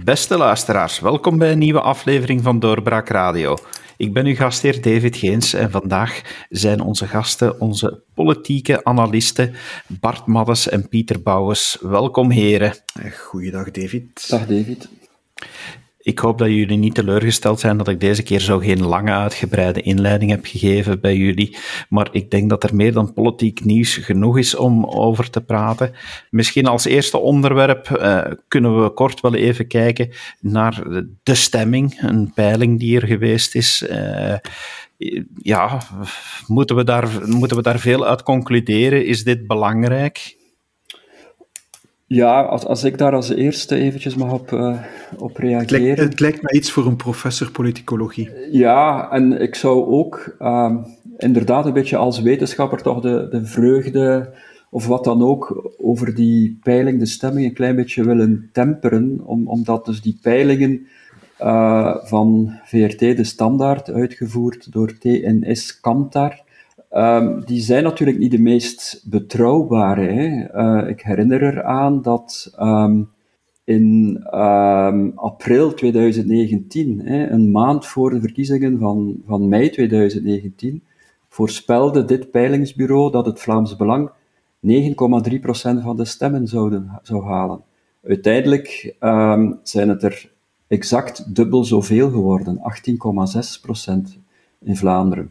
Beste luisteraars, welkom bij een nieuwe aflevering van Doorbraak Radio. Ik ben uw gastheer David Geens en vandaag zijn onze gasten onze politieke analisten Bart Maddes en Pieter Bouwens. Welkom heren. Goeiedag David. Dag David. Ik hoop dat jullie niet teleurgesteld zijn dat ik deze keer zo geen lange uitgebreide inleiding heb gegeven bij jullie, maar ik denk dat er meer dan politiek nieuws genoeg is om over te praten. Misschien als eerste onderwerp kunnen we kort wel even kijken naar de stemming, een peiling die er geweest is. Moeten we daar veel uit concluderen? Is dit belangrijk? Ja, als ik daar als eerste eventjes mag op reageren. Het lijkt mij iets voor een professor politicologie. Ja, en ik zou ook inderdaad een beetje als wetenschapper toch de vreugde, of wat dan ook, over die peiling, de stemming, een klein beetje willen temperen, omdat dus die peilingen van VRT De Standaard, uitgevoerd door TNS Kantar, die zijn natuurlijk niet de meest betrouwbare. Hè. Ik herinner eraan dat in april 2019, een maand voor de verkiezingen van mei 2019, voorspelde dit peilingsbureau dat het Vlaams Belang 9,3% van de stemmen zou halen. Uiteindelijk zijn het er exact dubbel zoveel geworden, 18,6% in Vlaanderen.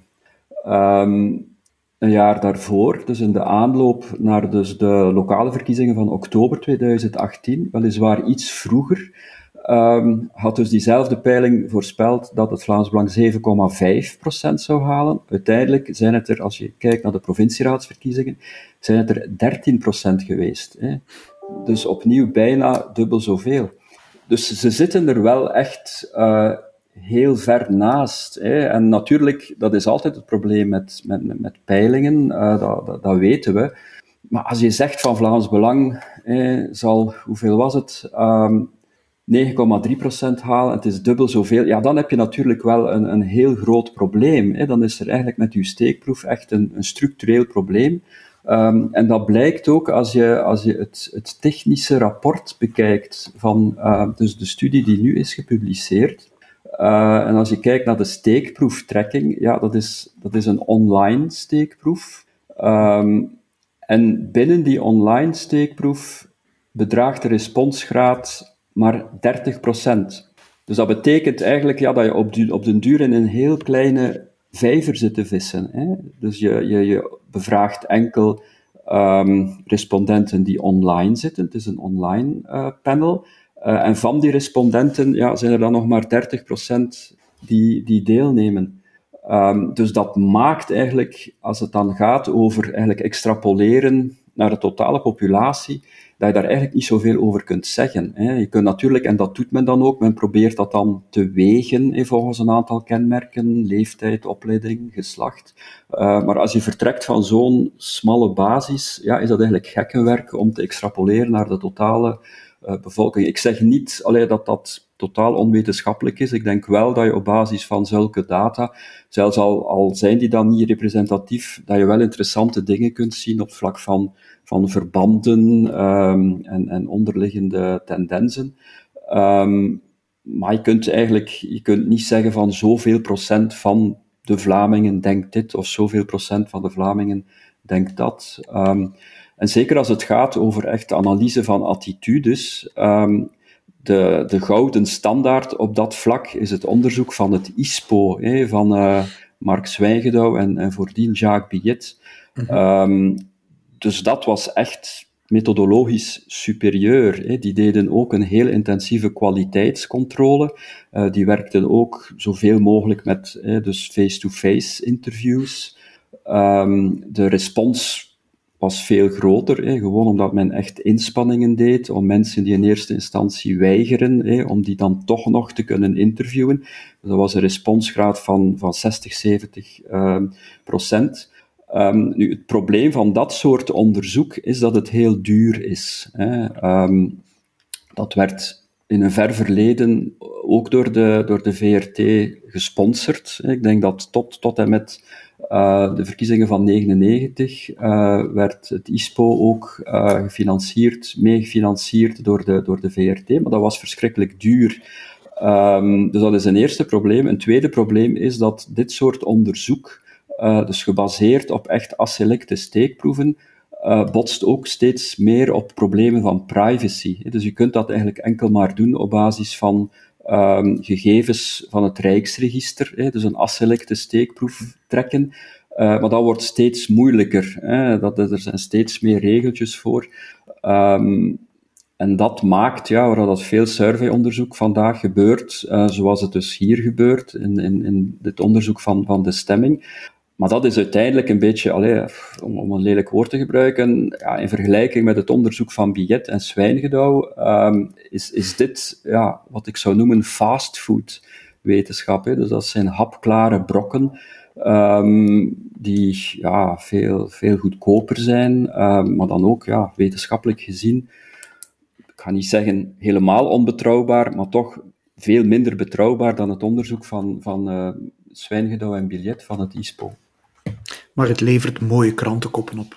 Een jaar daarvoor, dus in de aanloop naar dus de lokale verkiezingen van oktober 2018, weliswaar iets vroeger, had dus diezelfde peiling voorspeld dat het Vlaams Belang 7,5% zou halen. Uiteindelijk zijn het er, als je kijkt naar de provincieraadsverkiezingen, zijn het er 13% geweest. Hè. Dus opnieuw bijna dubbel zoveel. Dus ze zitten er wel echt heel ver naast. Hè. En natuurlijk, dat is altijd het probleem met peilingen, dat weten we. Maar als je zegt van Vlaams Belang zal, hoeveel was het, 9,3% halen, het is dubbel zoveel, ja, dan heb je natuurlijk wel een heel groot probleem. Hè. Dan is er eigenlijk met uw steekproef echt een structureel probleem. En dat blijkt ook als je het technische rapport bekijkt van dus de studie die nu is gepubliceerd. En als je kijkt naar de steekproeftrekking, ja, dat is een online steekproef. En binnen die online steekproef bedraagt de responsgraad maar 30%. Dus dat betekent eigenlijk dat je op den duur in een heel kleine vijver zit te vissen. Hè? Dus je bevraagt enkel respondenten die online zitten. Het is een online panel. En van die respondenten zijn er dan nog maar 30% die deelnemen. Dus dat maakt eigenlijk, als het dan gaat over eigenlijk extrapoleren naar de totale populatie, dat je daar eigenlijk niet zoveel over kunt zeggen. Hè. Je kunt natuurlijk, en dat doet men dan ook, men probeert dat dan te wegen volgens een aantal kenmerken, leeftijd, opleiding, geslacht. Maar als je vertrekt van zo'n smalle basis, is dat eigenlijk gekkenwerk om te extrapoleren naar de totale bevolking. Ik zeg niet dat dat totaal onwetenschappelijk is. Ik denk wel dat je op basis van zulke data, zelfs al zijn die dan niet representatief, dat je wel interessante dingen kunt zien op het vlak van verbanden en onderliggende tendensen. Maar je kunt niet zeggen van zoveel procent van de Vlamingen denkt dit, of zoveel procent van de Vlamingen denkt dat. En zeker als het gaat over echt analyse van attitudes, de gouden standaard op dat vlak is het onderzoek van het ISPO, van Mark Zwijgendouw en voordien Jacques Billet. Dus dat was echt methodologisch superieur. Die deden ook een heel intensieve kwaliteitscontrole. Die werkten ook zoveel mogelijk met dus face-to-face interviews. De respons was veel groter, gewoon omdat men echt inspanningen deed om mensen die in eerste instantie weigeren, om die dan toch nog te kunnen interviewen. Dus dat was een responsgraad van 60-70%. Nu, het probleem van dat soort onderzoek is dat het heel duur is. Dat werd in een ver verleden ook door de VRT gesponsord. Ik denk dat tot en met de verkiezingen van 1999 werd het ISPO ook meegefinancierd door de VRT, maar dat was verschrikkelijk duur. Dus dat is een eerste probleem. Een tweede probleem is dat dit soort onderzoek, dus gebaseerd op echt aselecte steekproeven, botst ook steeds meer op problemen van privacy. Dus je kunt dat eigenlijk enkel maar doen op basis van gegevens van het Rijksregister, dus een aselecte steekproef trekken. Maar dat wordt steeds moeilijker. Er zijn steeds meer regeltjes voor. En dat maakt, waar dat veel surveyonderzoek vandaag gebeurt, zoals het dus hier gebeurt, in dit onderzoek van de stemming. Maar dat is uiteindelijk een beetje, om een lelijk woord te gebruiken, in vergelijking met het onderzoek van Billet en Swijngedouw, is dit wat ik zou noemen fastfood-wetenschap. Dus dat zijn hapklare brokken, die veel goedkoper zijn, maar dan ook wetenschappelijk gezien, ik ga niet zeggen helemaal onbetrouwbaar, maar toch veel minder betrouwbaar dan het onderzoek van Swijngedouw en Billet van het ISPO. Maar het levert mooie krantenkoppen op.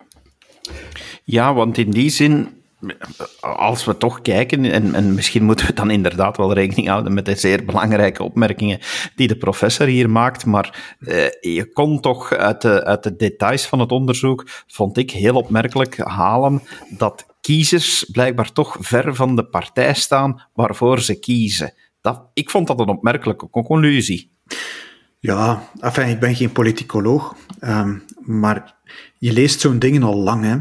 Ja, want in die zin, als we toch kijken, en misschien moeten we dan inderdaad wel rekening houden met de zeer belangrijke opmerkingen die de professor hier maakt, maar je kon toch uit de details van het onderzoek, vond ik heel opmerkelijk, halen dat kiezers blijkbaar toch ver van de partij staan waarvoor ze kiezen. Ik vond dat een opmerkelijke conclusie. Ja, ik ben geen politicoloog, maar je leest zo'n dingen al lang, hè.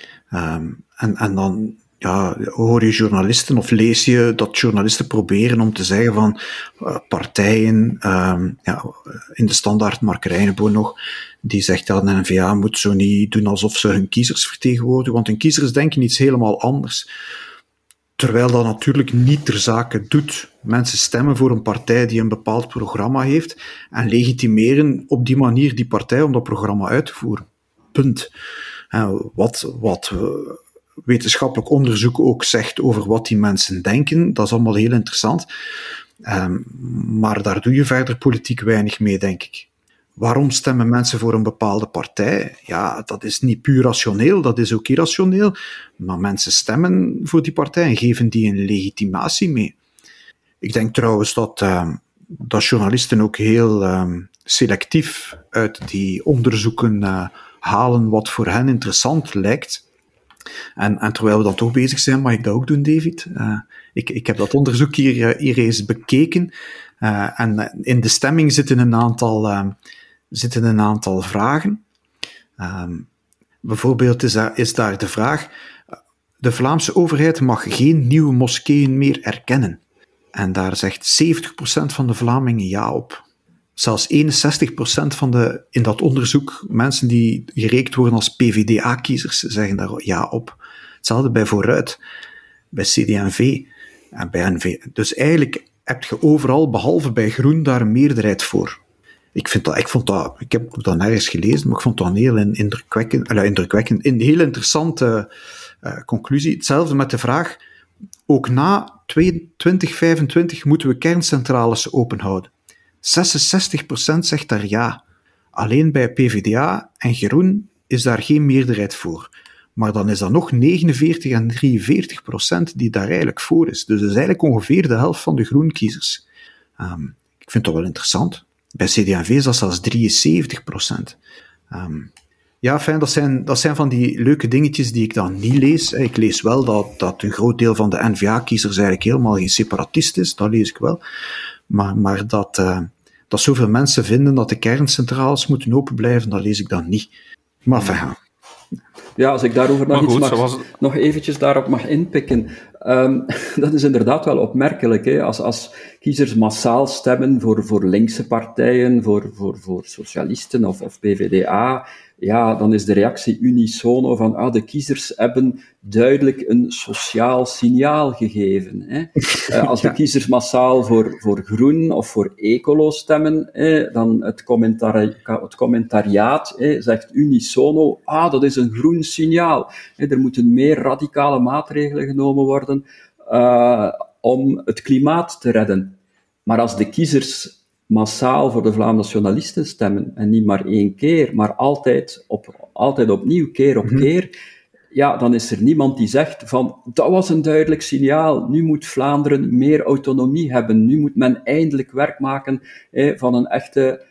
En dan hoor je journalisten of lees je dat journalisten proberen om te zeggen van partijen, in de Standaard Mark Reineboom nog, die zegt dat de N-VA moet zo niet doen alsof ze hun kiezers vertegenwoordigen, want hun kiezers denken iets helemaal anders. Terwijl dat natuurlijk niet ter zake doet. Mensen stemmen voor een partij die een bepaald programma heeft en legitimeren op die manier die partij om dat programma uit te voeren. Punt. Wat wetenschappelijk onderzoek ook zegt over wat die mensen denken, dat is allemaal heel interessant. Maar daar doe je verder politiek weinig mee, denk ik. Waarom stemmen mensen voor een bepaalde partij? Ja, dat is niet puur rationeel, dat is ook irrationeel. Maar mensen stemmen voor die partij en geven die een legitimatie mee. Ik denk trouwens dat journalisten ook heel selectief uit die onderzoeken halen wat voor hen interessant lijkt. En terwijl we dan toch bezig zijn, mag ik dat ook doen, David? Ik heb dat onderzoek hier eens bekeken. En in de stemming zitten een aantal vragen. Bijvoorbeeld is daar de vraag: de Vlaamse overheid mag geen nieuwe moskeeën meer erkennen. En daar zegt 70% van de Vlamingen ja op. Zelfs 61% in dat onderzoek, mensen die gerekend worden als PvdA-kiezers, zeggen daar ja op. Hetzelfde bij Vooruit, bij CD&V en bij N-V. Dus eigenlijk heb je overal, behalve bij Groen, daar een meerderheid voor. Ik heb dat nergens gelezen, maar ik vond dat een heel indrukwekkend, een heel interessante conclusie. Hetzelfde met de vraag: ook na 2025 moeten we kerncentrales openhouden. 66% zegt daar ja. Alleen bij PvdA en Groen is daar geen meerderheid voor. Maar dan is dat nog 49 en 43% die daar eigenlijk voor is. Dus dat is eigenlijk ongeveer de helft van de groenkiezers. Ik vind dat wel interessant. Bij CD&V is dat zelfs 73%. Dat zijn van die leuke dingetjes die ik dan niet lees. Ik lees wel dat een groot deel van de N-VA-kiezers eigenlijk helemaal geen separatist is. Dat lees ik wel. Maar dat zoveel mensen vinden dat de kerncentrales moeten open blijven, dat lees ik dan niet. Maar Ja, als ik daarover nog eventjes daarop mag inpikken. Dat is inderdaad wel opmerkelijk. Hè? Als kiezers massaal stemmen voor linkse partijen, voor socialisten of PvdA, dan is de reactie unisono van de kiezers hebben duidelijk een sociaal signaal gegeven. Hè? Als de kiezers massaal voor groen of voor ecolo stemmen, dan het commentariaat zegt unisono, dat is een groen signaal. Er moeten meer radicale maatregelen genomen worden. om het klimaat te redden. Maar als de kiezers massaal voor de Vlaamse nationalisten stemmen, en niet maar 1 keer, maar altijd opnieuw, keer op keer, ja, dan is er niemand die zegt van, dat was een duidelijk signaal, nu moet Vlaanderen meer autonomie hebben, nu moet men eindelijk werk maken van een echte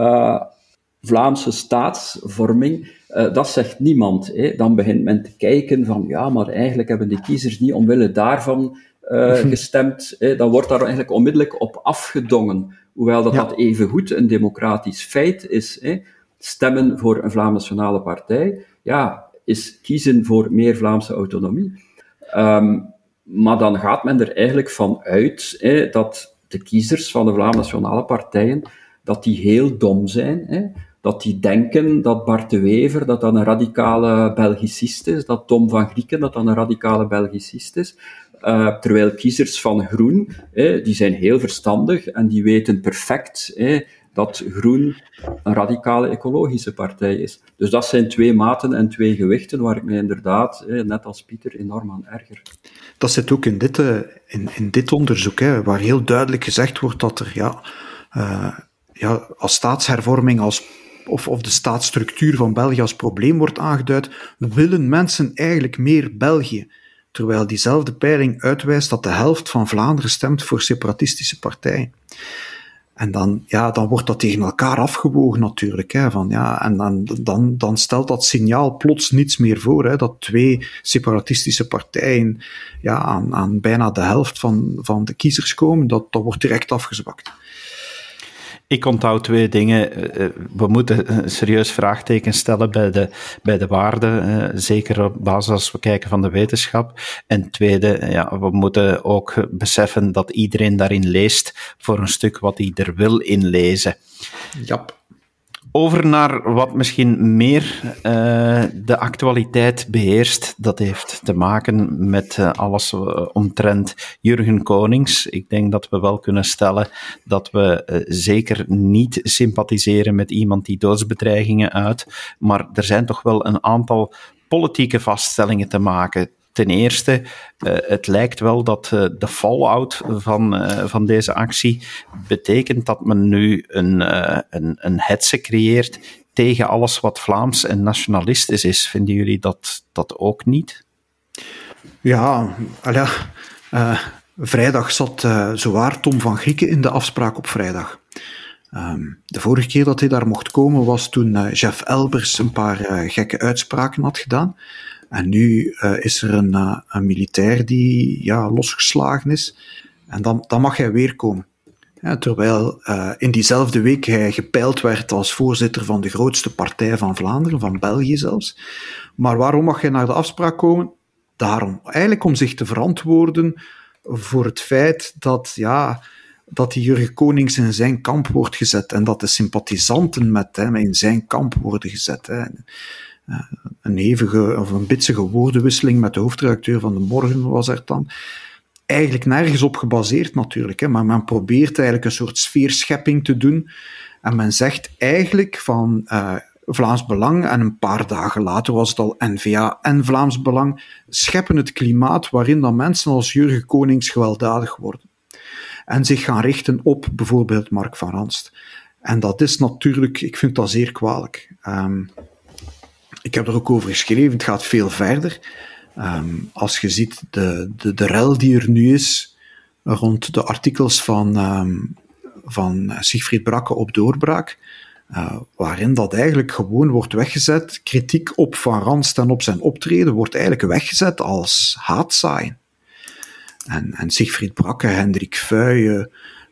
Vlaamse staatsvorming. Dat zegt niemand. Dan begint men te kijken van, ja, maar eigenlijk hebben de kiezers niet omwille daarvan gestemd. Dan wordt daar eigenlijk onmiddellijk op afgedongen. Hoewel dat evengoed een democratisch feit is. Stemmen voor een Vlaamse Nationale Partij, ja, is kiezen voor meer Vlaamse autonomie. Maar dan gaat men er eigenlijk van uit dat de kiezers van de Vlaamse Nationale Partijen, dat die heel dom zijn, dat die denken dat Bart de Wever dat een radicale Belgicist is, dat Tom van Grieken dat een radicale Belgicist is, terwijl kiezers van Groen, die zijn heel verstandig en die weten perfect dat Groen een radicale ecologische partij is. Dus dat zijn 2 maten en 2 gewichten waar ik mij inderdaad, net als Pieter, enorm aan erger. Dat zit ook in dit onderzoek, waar heel duidelijk gezegd wordt dat er als staatshervorming of de staatsstructuur van België als probleem wordt aangeduid, willen mensen eigenlijk meer België. Terwijl diezelfde peiling uitwijst dat de helft van Vlaanderen stemt voor separatistische partijen. En dan wordt dat tegen elkaar afgewogen natuurlijk. En dan stelt dat signaal plots niets meer voor. Dat 2 separatistische partijen aan bijna de helft van de kiezers komen. Dat wordt direct afgezwakt. Ik onthoud 2 dingen. We moeten een serieus vraagteken stellen bij de waarden, zeker op basis als we kijken van de wetenschap. En tweede, we moeten ook beseffen dat iedereen daarin leest voor een stuk wat hij er wil inlezen. Ja. Over naar wat misschien meer de actualiteit beheerst. Dat heeft te maken met alles omtrent Jurgen Konings. Ik denk dat we wel kunnen stellen dat we zeker niet sympathiseren met iemand die doodsbedreigingen uit. Maar er zijn toch wel een aantal politieke vaststellingen te maken. Ten eerste, het lijkt wel dat de fallout van deze actie betekent dat men nu een hetze creëert tegen alles wat Vlaams en nationalistisch is. Vinden jullie dat ook niet? Ja, vrijdag zat zowaar Tom van Grieken in de afspraak op vrijdag. De vorige keer dat hij daar mocht komen was toen Jeff Elbers een paar gekke uitspraken had gedaan. En nu is er een militair die losgeslagen is. En dan mag hij weer komen. Terwijl in diezelfde week hij gepeild werd als voorzitter van de grootste partij van Vlaanderen, van België zelfs. Maar waarom mag hij naar de afspraak komen? Daarom. Eigenlijk om zich te verantwoorden voor het feit dat die Jurgen Konings in zijn kamp wordt gezet en dat de sympathisanten met hem in zijn kamp worden gezet. Een hevige of een bitsige woordenwisseling met de hoofdredacteur van De Morgen was er dan. Eigenlijk nergens op gebaseerd natuurlijk, maar men probeert eigenlijk een soort sfeerschepping te doen. En men zegt eigenlijk van Vlaams Belang, en een paar dagen later was het al N-VA en Vlaams Belang, scheppen het klimaat waarin dan mensen als Jurgen Konings gewelddadig worden. En zich gaan richten op bijvoorbeeld Mark van Ranst. En dat is natuurlijk, ik vind dat zeer kwalijk. Ik heb er ook over geschreven, het gaat veel verder. Als je ziet de rel die er nu is rond de artikels van Siegfried Brakke op Doorbraak, waarin dat eigenlijk gewoon wordt weggezet, kritiek op Van Ranst en op zijn optreden wordt eigenlijk weggezet als haatzaaien. En Siegfried Brakke, Hendrik Vuije,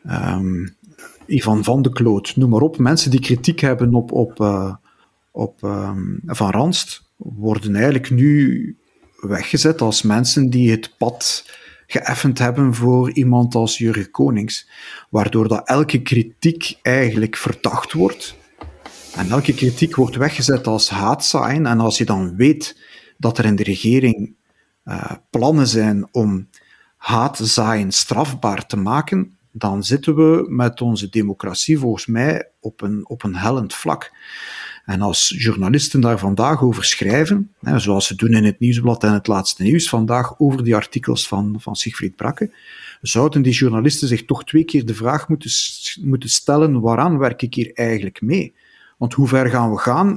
Ivan van de Kloot, noem maar op, mensen die kritiek hebben op Van Ranst, worden eigenlijk nu weggezet als mensen die het pad geëffend hebben voor iemand als Jurgen Konings, waardoor dat elke kritiek eigenlijk verdacht wordt. En elke kritiek wordt weggezet als haatzaaien. En als je dan weet dat er in de regering plannen zijn om haatzaaien strafbaar te maken, dan zitten we met onze democratie volgens mij op een hellend vlak. En als journalisten daar vandaag over schrijven, zoals ze doen in het Nieuwsblad en het Laatste Nieuws vandaag over die artikels van Siegfried Brakke, zouden die journalisten zich toch 2 keer de vraag moeten stellen, waaraan werk ik hier eigenlijk mee? Want hoe ver gaan we gaan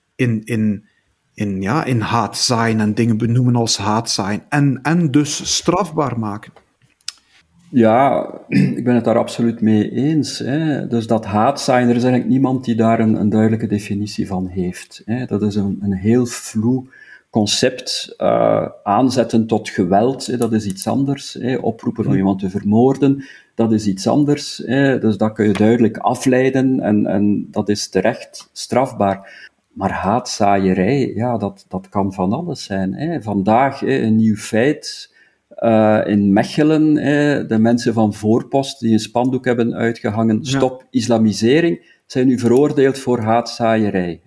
in haatzaaien en dingen benoemen als haatzaaien en dus strafbaar maken? Ja, ik ben het daar absoluut mee eens. Hè. Dus dat haatzaaien, er is eigenlijk niemand die daar een duidelijke definitie van heeft. Hè. Dat is een heel vloe concept. Aanzetten tot geweld, hè, dat is iets anders. Hè. Oproepen om iemand te vermoorden, dat is iets anders. Hè. Dus dat kun je duidelijk afleiden en dat is terecht strafbaar. Maar haatzaaierij, ja, dat kan van alles zijn. Hè. Vandaag een nieuw feit. In Mechelen, de mensen van Voorpost die een spandoek hebben uitgehangen, stop islamisering, zijn nu veroordeeld voor haatzaaierij.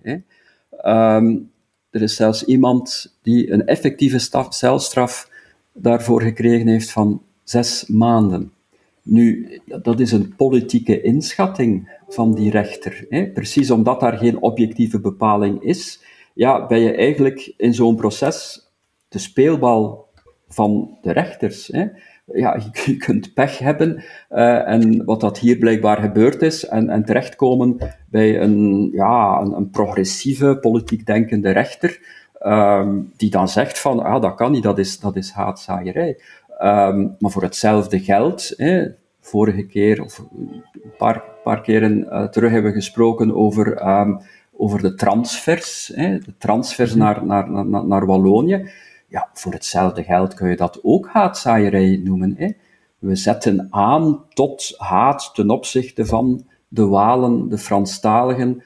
Er is zelfs iemand die een effectieve celstraf daarvoor gekregen heeft van 6 maanden. Nu, dat is een politieke inschatting van die rechter. Precies omdat daar geen objectieve bepaling is, ja, ben je eigenlijk in zo'n proces de speelbal van de rechters. Hè. Ja, je kunt pech hebben, en wat dat hier blijkbaar gebeurd is, en terechtkomen bij een progressieve, politiek denkende rechter, die dan zegt van, dat kan niet, dat is haatzaaierij. Maar voor hetzelfde geld, vorige keer, of een paar keren terug hebben we gesproken over de transfers, de transfers naar Wallonië. Ja, voor hetzelfde geld kun je dat ook haatzaaierij noemen. Hè. We zetten aan tot haat ten opzichte van de Walen, de Franstaligen.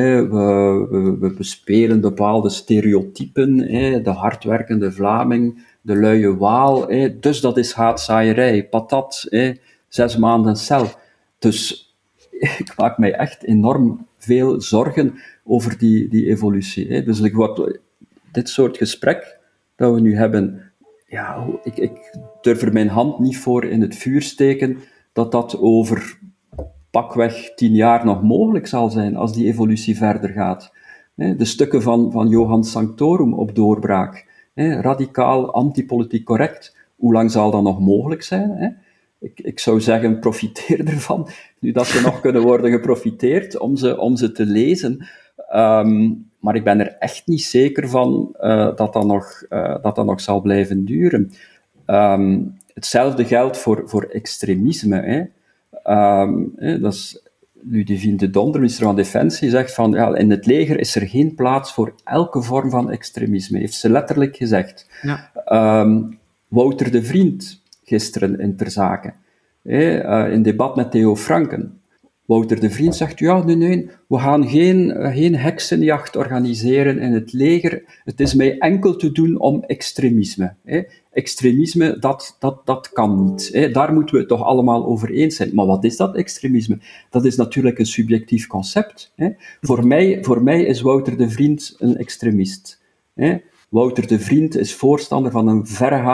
We bespelen bepaalde stereotypen. De hardwerkende Vlaming, de luie Waal. Dus dat is haatzaaierij. Patat, 6 maanden cel. Dus ik maak mij echt enorm veel zorgen over die evolutie. Dus dit soort gesprek dat we nu hebben, ja, ik durf er mijn hand niet voor in het vuur steken dat over pakweg 10 jaar nog mogelijk zal zijn als die evolutie verder gaat. De stukken van Johan Sanctorum op doorbraak, radicaal, antipolitiek correct, hoe lang zal dat nog mogelijk zijn? Ik zou zeggen, profiteer ervan, nu dat ze nog kunnen worden geprofiteerd om ze te lezen. Maar ik ben er echt niet zeker van dat dat nog zal blijven duren. Hetzelfde geldt voor extremisme. Dat is Ludivine de Donder, minister van Defensie, zegt van, ja, in het leger is er geen plaats voor elke vorm van extremisme, heeft ze letterlijk gezegd. Ja. Wouter de Vriend, gisteren in Ter Zake, in debat met Theo Franken. Wouter de Vriend zegt, ja, nee, we gaan geen heksenjacht organiseren in het leger. Het is mij enkel te doen om extremisme. Extremisme, dat kan niet. Daar moeten we het toch allemaal over eens zijn. Maar wat is dat extremisme? Dat is natuurlijk een subjectief concept. Voor mij is Wouter de Vriend een extremist. Wouter de Vriend is voorstander van een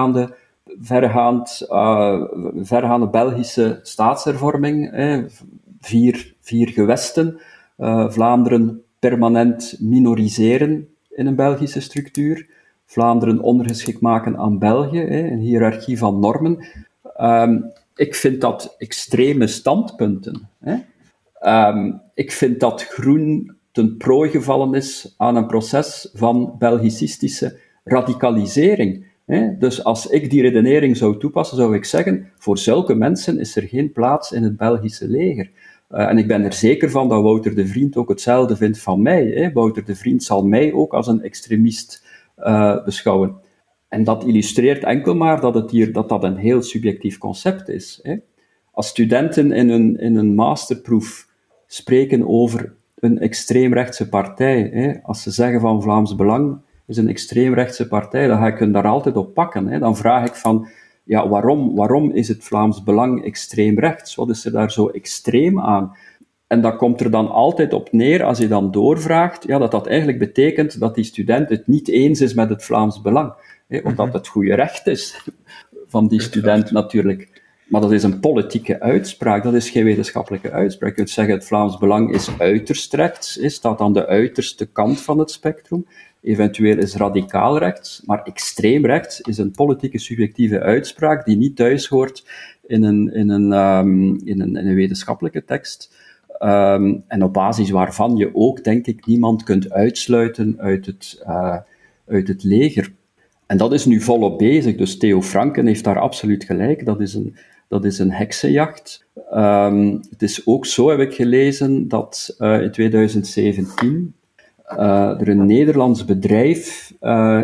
verregaande Belgische staatshervorming. 4 gewesten, Vlaanderen permanent minoriseren in een Belgische structuur, Vlaanderen ondergeschikt maken aan België, een hiërarchie van normen. Ik vind dat extreme standpunten. Ik vind dat Groen ten prooi gevallen is aan een proces van Belgicistische radicalisering. Dus als ik die redenering zou toepassen, zou ik zeggen, voor zulke mensen is er geen plaats in het Belgische leger. En ik ben er zeker van dat Wouter de Vriend ook hetzelfde vindt van mij. Wouter de Vriend zal mij ook als een extremist beschouwen. En dat illustreert enkel maar dat een heel subjectief concept is. Als studenten in een masterproef spreken over een extreemrechtse partij, als ze zeggen van Vlaams Belang is een extreemrechtse partij, dan ga ik hun daar altijd op pakken. Dan vraag ik van, ja, waarom is het Vlaams Belang extreem rechts? Wat is er daar zo extreem aan? En dat komt er dan altijd op neer, als je dan doorvraagt, ja, dat eigenlijk betekent dat die student het niet eens is met het Vlaams Belang. Omdat het goede recht is van die student natuurlijk. Maar dat is een politieke uitspraak, dat is geen wetenschappelijke uitspraak. Je kunt zeggen, het Vlaams Belang is uiterst rechts, staat aan de uiterste kant van het spectrum. Eventueel is radicaal rechts, maar extreem rechts is een politieke subjectieve uitspraak die niet thuis hoort in een wetenschappelijke tekst. En op basis waarvan je ook, denk ik, niemand kunt uitsluiten uit het leger. En dat is nu volop bezig, dus Theo Franken heeft daar absoluut gelijk, dat is een heksenjacht. Het is ook zo, heb ik gelezen, dat in 2017 er een Nederlands bedrijf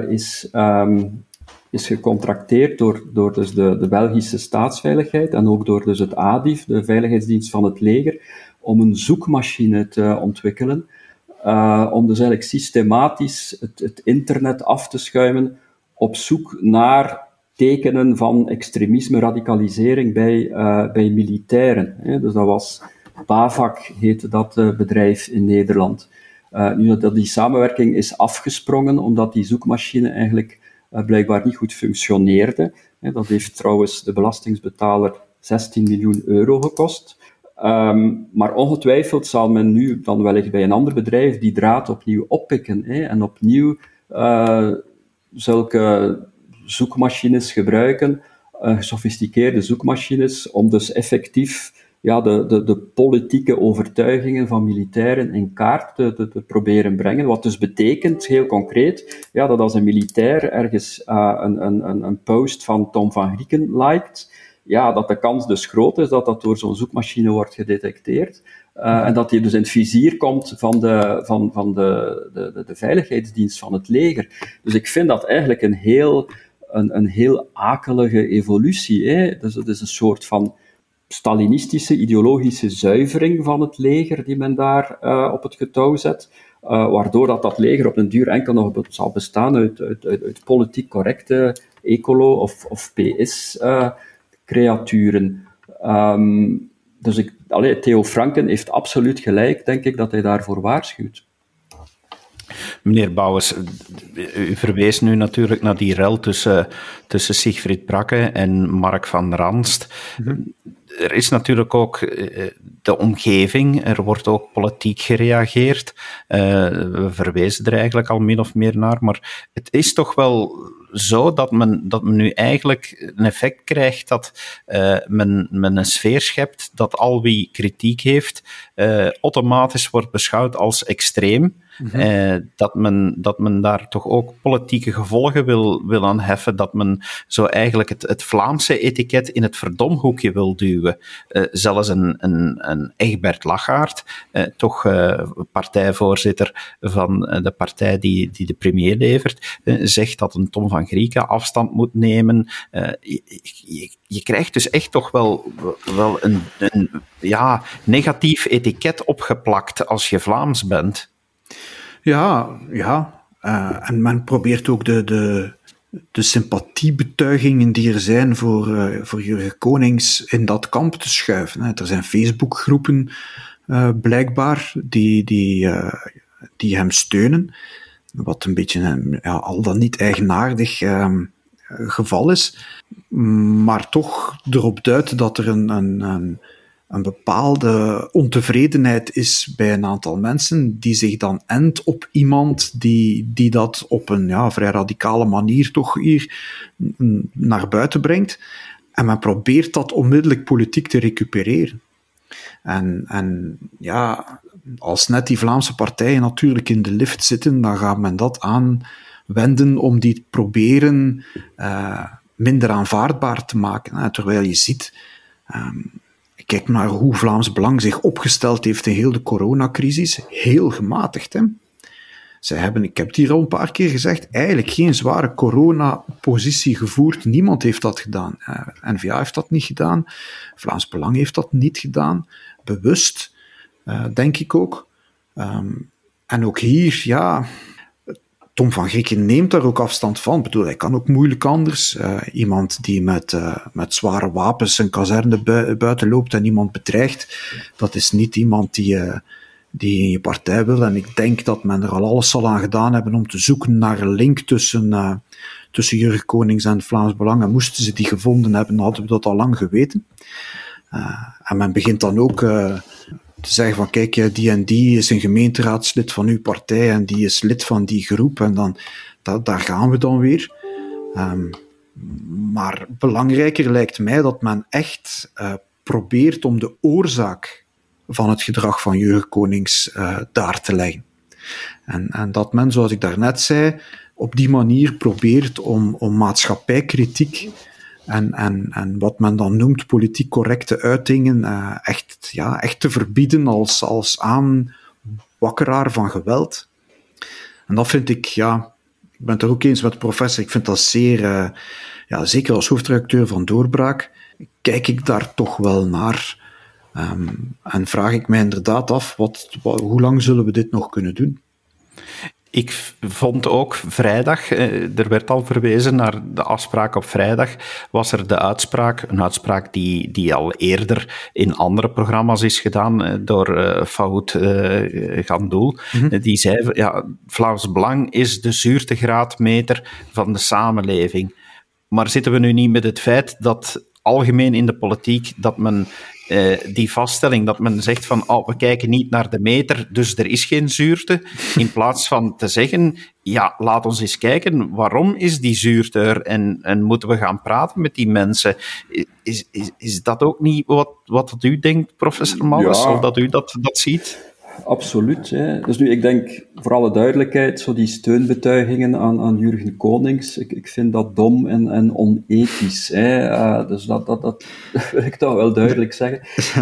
is gecontracteerd door dus de Belgische staatsveiligheid en ook door dus het ADIF, de Veiligheidsdienst van het leger, om een zoekmachine te ontwikkelen, om dus eigenlijk systematisch het internet af te schuimen op zoek naar tekenen van extremisme, radicalisering bij militairen. Dus dat was BAVAC, heette dat bedrijf in Nederland. Nu dat die samenwerking is afgesprongen, omdat die zoekmachine eigenlijk blijkbaar niet goed functioneerde. Dat heeft trouwens de belastingsbetaler 16 miljoen euro gekost. Maar ongetwijfeld zal men nu dan wellicht bij een ander bedrijf die draad opnieuw oppikken en opnieuw zulke zoekmachines gebruiken, gesofisticeerde zoekmachines, om dus effectief de politieke overtuigingen van militairen in kaart te proberen brengen. Wat dus betekent, heel concreet, dat als een militair ergens een post van Tom van Grieken liked, dat de kans dus groot is dat dat door zo'n zoekmachine wordt gedetecteerd. En dat die dus in het vizier komt van de veiligheidsdienst van het leger. Dus ik vind dat eigenlijk een heel akelige evolutie. Dus het is een soort van Stalinistische ideologische zuivering van het leger die men daar op het getouw zet, waardoor dat leger op den duur enkel nog zal bestaan uit politiek correcte ecolo- of PS-creaturen. Dus Theo Franken heeft absoluut gelijk, denk ik, dat hij daarvoor waarschuwt. Meneer Bouwens, u verwees nu natuurlijk naar die rel tussen Siegfried Bracke en Mark van Ranst. Mm-hmm. Er is natuurlijk ook de omgeving, er wordt ook politiek gereageerd. We verwezen er eigenlijk al min of meer naar, maar het is toch wel zo dat men nu eigenlijk een effect krijgt dat men een sfeer schept dat al wie kritiek heeft automatisch wordt beschouwd als extreem. Mm-hmm. Dat men daar toch ook politieke gevolgen wil aan heffen, dat men zo eigenlijk het Vlaamse etiket in het verdomhoekje wil duwen. Zelfs een Egbert Lachaert, toch partijvoorzitter van de partij die de premier levert, zegt dat een Tom van Grieken afstand moet nemen. Je krijgt dus echt toch wel een negatief etiket opgeplakt als je Vlaams bent. Ja. En men probeert ook de sympathiebetuigingen die er zijn voor Jurgen Konings in dat kamp te schuiven. Er zijn Facebookgroepen blijkbaar die hem steunen, wat een beetje al dan niet eigenaardig geval is, maar toch erop duidt dat er een bepaalde ontevredenheid is bij een aantal mensen die zich dan endt op iemand die dat op een vrij radicale manier toch hier naar buiten brengt. En men probeert dat onmiddellijk politiek te recupereren. En als net die Vlaamse partijen natuurlijk in de lift zitten, dan gaat men dat aanwenden om die te proberen minder aanvaardbaar te maken. Terwijl je ziet... Kijk naar hoe Vlaams Belang zich opgesteld heeft in heel de coronacrisis. Heel gematigd, hè. Ik heb het hier al een paar keer gezegd, eigenlijk geen zware coronapositie gevoerd. Niemand heeft dat gedaan. N-VA heeft dat niet gedaan. Vlaams Belang heeft dat niet gedaan. Bewust, denk ik ook. En ook hier, Tom van Grieken neemt daar ook afstand van. Ik bedoel, hij kan ook moeilijk anders. Iemand die met zware wapens een kazerne buiten loopt en iemand bedreigt, dat is niet iemand die in je partij wil. En ik denk dat men er al alles zal aan gedaan hebben om te zoeken naar een link tussen Jurgen Konings en Vlaams Belang. En moesten ze die gevonden hebben, hadden we dat al lang geweten. En men begint dan ook te zeggen van, kijk, die en die is een gemeenteraadslid van uw partij en die is lid van die groep. En dan, daar gaan we dan weer. Maar belangrijker lijkt mij dat men echt probeert om de oorzaak van het gedrag van Jurgen Konings daar te leggen. En dat men, zoals ik daarnet zei, op die manier probeert om maatschappijkritiek en wat men dan noemt politiek correcte uitingen echt te verbieden als aanwakkeraar van geweld. En dat vind ik, ik ben het er ook eens met de professor, ik vind dat zeer, zeker als hoofdredacteur van Doorbraak, kijk ik daar toch wel naar. En vraag ik mij inderdaad af, hoe lang zullen we dit nog kunnen doen? Ik vond ook vrijdag, er werd al verwezen naar de afspraak op vrijdag, was er een uitspraak die al eerder in andere programma's is gedaan door Faoud Gandoul. Mm-hmm. Die zei, Vlaams Belang is de zuurtegraadmeter van de samenleving. Maar zitten we nu niet met het feit dat algemeen in de politiek, dat men die vaststelling, dat men zegt van we kijken niet naar de meter, dus er is geen zuurte, in plaats van te zeggen, laat ons eens kijken, waarom is die zuurte er en moeten we gaan praten met die mensen? Is dat ook niet wat u denkt, professor Mabbes, of dat u dat ziet? Absoluut. Hè. Dus nu, ik denk, voor alle duidelijkheid, zo die steunbetuigingen aan Jurgen Konings, ik vind dat dom en onethisch. Hè. Dus dat wil ik toch wel duidelijk zeggen.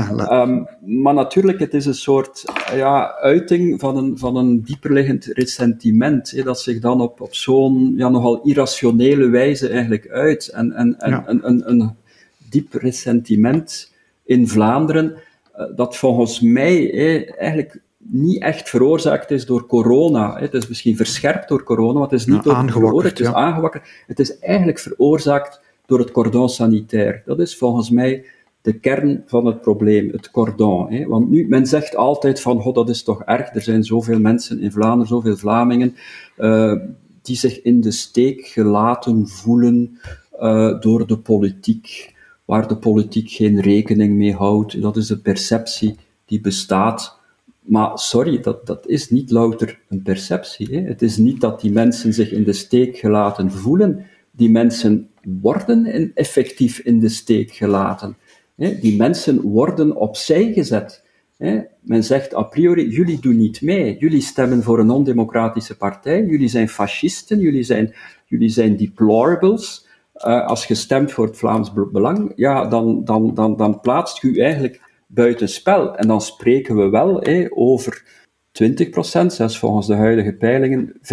Maar natuurlijk, het is een soort uiting van een dieperliggend ressentiment, hè, dat zich dan op zo'n nogal irrationele wijze eigenlijk uit. En een diep ressentiment in Vlaanderen, dat volgens mij eigenlijk niet echt veroorzaakt is door corona. Het is misschien verscherpt door corona, maar het is niet door corona, het is aangewakkerd. Het is eigenlijk veroorzaakt door het cordon sanitair. Dat is volgens mij de kern van het probleem, het cordon. Want nu, men zegt altijd van, dat is toch erg, er zijn zoveel mensen in Vlaanderen, zoveel Vlamingen, die zich in de steek gelaten voelen door de politiek, waar de politiek geen rekening mee houdt. Dat is de perceptie die bestaat. Maar sorry, dat is niet louter een perceptie. Hè. Het is niet dat die mensen zich in de steek gelaten voelen. Die mensen worden effectief in de steek gelaten. Hè. Die mensen worden opzij gezet. Hè. Men zegt a priori, jullie doen niet mee. Jullie stemmen voor een ondemocratische partij. Jullie zijn fascisten. Jullie zijn deplorables. Als je stemt voor het Vlaams Belang, dan plaatst je eigenlijk buitenspel. En dan spreken we wel over 20%, zelfs volgens de huidige peilingen, 25%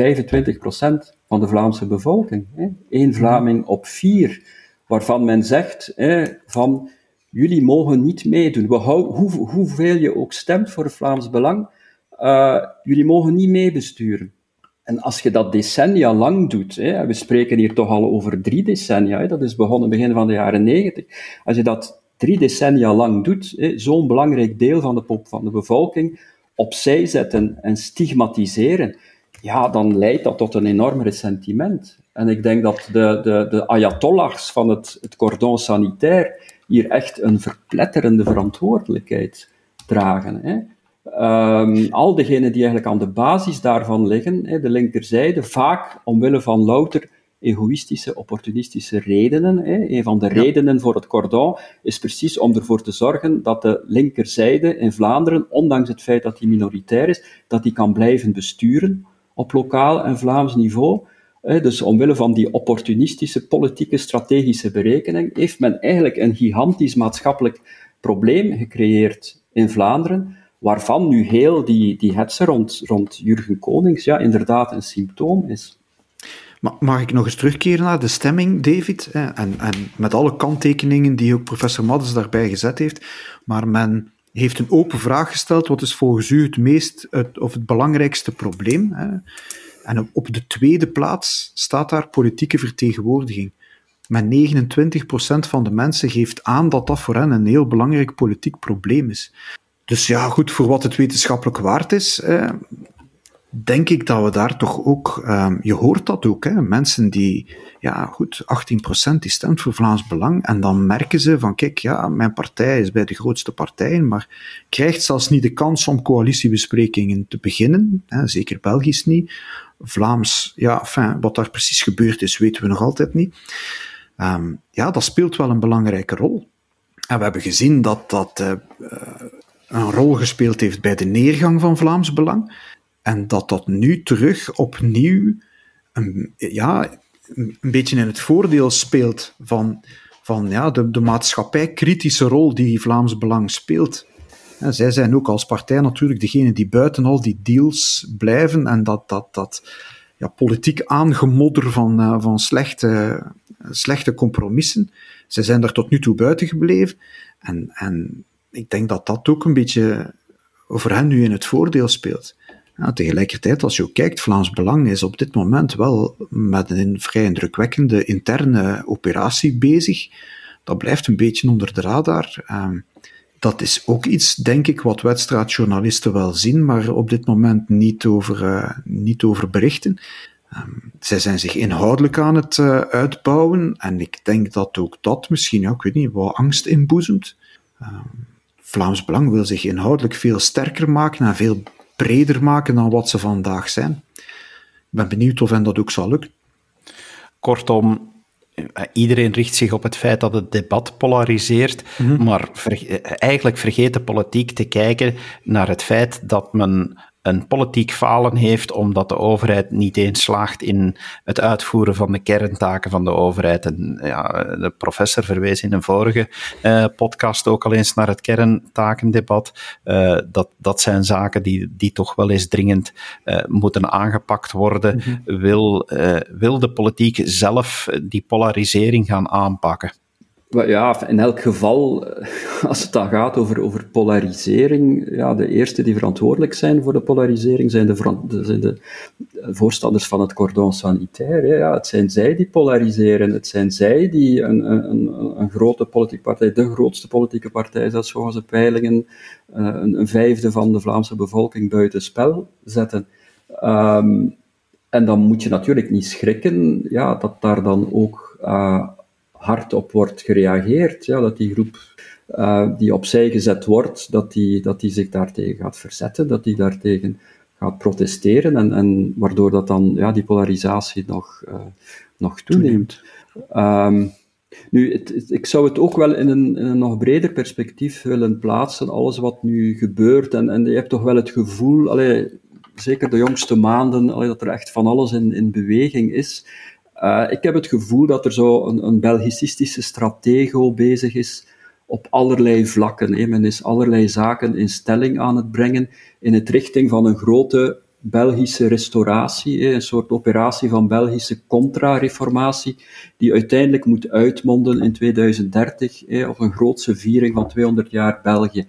van de Vlaamse bevolking. 1 Vlaming op 4, waarvan men zegt van, jullie mogen niet meedoen. Hoeveel je ook stemt voor het Vlaams Belang, jullie mogen niet meebesturen. En als je dat decennia lang doet, we spreken hier toch al over 3 decennia, dat is begonnen begin van de jaren 90, als je dat 3 decennia lang doet, zo'n belangrijk deel van de bevolking opzij zetten en stigmatiseren, dan leidt dat tot een enorm ressentiment. En ik denk dat de ayatollahs van het cordon sanitair hier echt een verpletterende verantwoordelijkheid dragen. Al degenen die eigenlijk aan de basis daarvan liggen, de linkerzijde, vaak omwille van louter egoïstische, opportunistische redenen. Een van de redenen voor het cordon is precies om ervoor te zorgen dat de linkerzijde in Vlaanderen, ondanks het feit dat die minoritair is, dat die kan blijven besturen op lokaal en Vlaams niveau. Dus omwille van die opportunistische, politieke, strategische berekening heeft men eigenlijk een gigantisch maatschappelijk probleem gecreëerd in Vlaanderen, waarvan nu heel die hetze rond Jurgen Konings inderdaad een symptoom is. Mag ik nog eens terugkeren naar de stemming, David? En met alle kanttekeningen die ook professor Mabbes daarbij gezet heeft. Maar men heeft een open vraag gesteld. Wat is volgens u het belangrijkste probleem? En op de tweede plaats staat daar politieke vertegenwoordiging. Met 29% van de mensen geeft aan dat dat voor hen een heel belangrijk politiek probleem is. Dus goed, voor wat het wetenschappelijk waard is, denk ik dat we daar toch ook, je hoort dat ook, hè, mensen die, ja goed, 18% die stemt voor Vlaams Belang, en dan merken ze van, kijk, ja, mijn partij is bij de grootste partijen, maar krijgt zelfs niet de kans om coalitiebesprekingen te beginnen, hè, zeker Belgisch niet. Vlaams, ja, enfin, wat daar precies gebeurd is, weten we nog altijd niet. Ja, dat speelt wel een belangrijke rol. En we hebben gezien dat dat een rol gespeeld heeft bij de neergang van Vlaams Belang. En dat dat nu terug opnieuw een beetje in het voordeel speelt van ja, de maatschappij-kritische rol die Vlaams Belang speelt. En zij zijn ook als partij natuurlijk degene die buiten al die deals blijven en dat politiek aangemodder van slechte compromissen. Zij zijn daar tot nu toe buiten gebleven. En ik denk dat dat ook een beetje voor hen nu in het voordeel speelt. Ja, tegelijkertijd, als je ook kijkt, Vlaams Belang is op dit moment wel met een vrij indrukwekkende interne operatie bezig. Dat blijft een beetje onder de radar. Dat is ook iets, denk ik, wat wedstrijdjournalisten wel zien, maar op dit moment niet over berichten. Zij zijn zich inhoudelijk aan het uitbouwen en ik denk dat ook dat misschien, ja, ik weet niet, wat angst inboezemt. Vlaams Belang wil zich inhoudelijk veel sterker maken en veel breder maken dan wat ze vandaag zijn. Ik ben benieuwd of hen dat ook zal lukken. Kortom, iedereen richt zich op het feit dat het debat polariseert, maar eigenlijk vergeet de politiek te kijken naar het feit dat men een politiek falen heeft omdat de overheid niet eens slaagt in het uitvoeren van de kerntaken van de overheid. En ja, de professor verwees in een vorige podcast ook al eens naar het kerntakendebat. Dat zijn zaken die toch wel eens dringend moeten aangepakt worden. Wil de politiek zelf die polarisering gaan aanpakken? Ja, in elk geval, als het dan gaat over polarisering, ja, de eerste die verantwoordelijk zijn voor de polarisering zijn de voorstanders van het cordon sanitaire. Ja, het zijn zij die polariseren, het zijn zij die een grote politieke partij, de grootste politieke partij, zelfs volgens de peilingen, een vijfde van de Vlaamse bevolking buitenspel zetten. En dan moet je natuurlijk niet schrikken, ja, dat daar dan ook hard op wordt gereageerd, ja, dat die groep die opzij gezet wordt, dat die zich daartegen gaat verzetten, dat die daartegen gaat protesteren en waardoor dat dan die polarisatie nog toeneemt. Nu, ik zou het ook wel in een nog breder perspectief willen plaatsen, alles wat nu gebeurt, en je hebt toch wel het gevoel, zeker de jongste maanden, dat er echt van alles in beweging is. Ik heb het gevoel dat er zo een Belgicistische stratego bezig is op allerlei vlakken. Men is allerlei zaken in stelling aan het brengen in het richting van een grote Belgische restauratie, een soort operatie van Belgische contra-reformatie, die uiteindelijk moet uitmonden in 2030 op een grootse viering van 200 jaar België.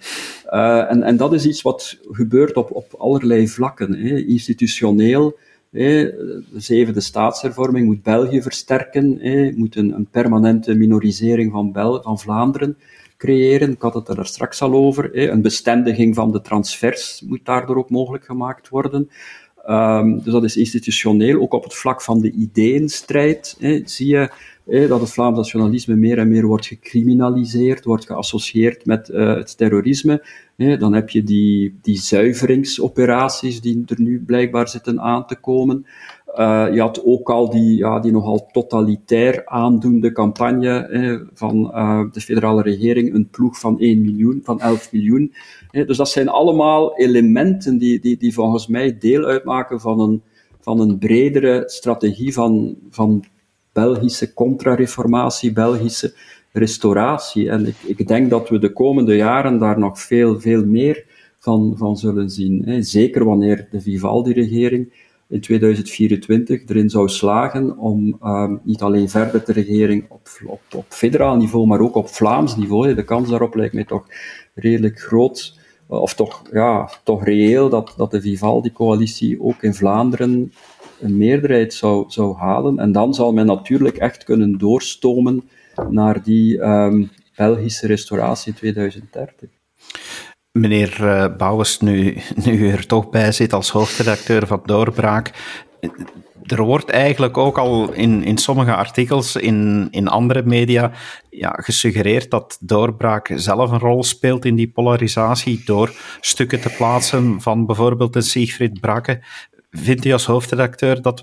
En dat is iets wat gebeurt op allerlei vlakken, institutioneel. De zevende staatshervorming moet België versterken, moet een permanente minorisering van Vlaanderen creëren. Ik had het er daar straks al over. Een bestendiging van de transfers moet daardoor ook mogelijk gemaakt worden. Dus dat is institutioneel. Ook op het vlak van de ideeënstrijd zie je dat het Vlaams nationalisme meer en meer wordt gecriminaliseerd, wordt geassocieerd met het terrorisme. Dan heb je die zuiveringsoperaties die er nu blijkbaar zitten aan te komen. Je had ook al die nogal totalitair aandoende campagne van de federale regering, een ploeg van 1 miljoen, van 11 miljoen. Dus dat zijn allemaal elementen die volgens mij deel uitmaken van een bredere strategie van Belgische contra-reformatie, Belgische restauratie. En ik denk dat we de komende jaren daar nog veel, veel meer van zullen zien. Zeker wanneer de Vivaldi-regering in 2024 erin zou slagen om niet alleen verder te regeren op federaal niveau, maar ook op Vlaams niveau. De kans daarop lijkt mij toch redelijk groot, of toch reëel, dat de Vivaldi-coalitie ook in Vlaanderen een meerderheid zou halen. En dan zal men natuurlijk echt kunnen doorstomen naar die Belgische restauratie in 2030. Meneer Bouwens, nu u er toch bij zit als hoofdredacteur van Doorbraak, er wordt eigenlijk ook al in sommige artikels in andere media gesuggereerd dat Doorbraak zelf een rol speelt in die polarisatie door stukken te plaatsen van bijvoorbeeld een Siegfried Brakke. Vindt u als hoofdredacteur dat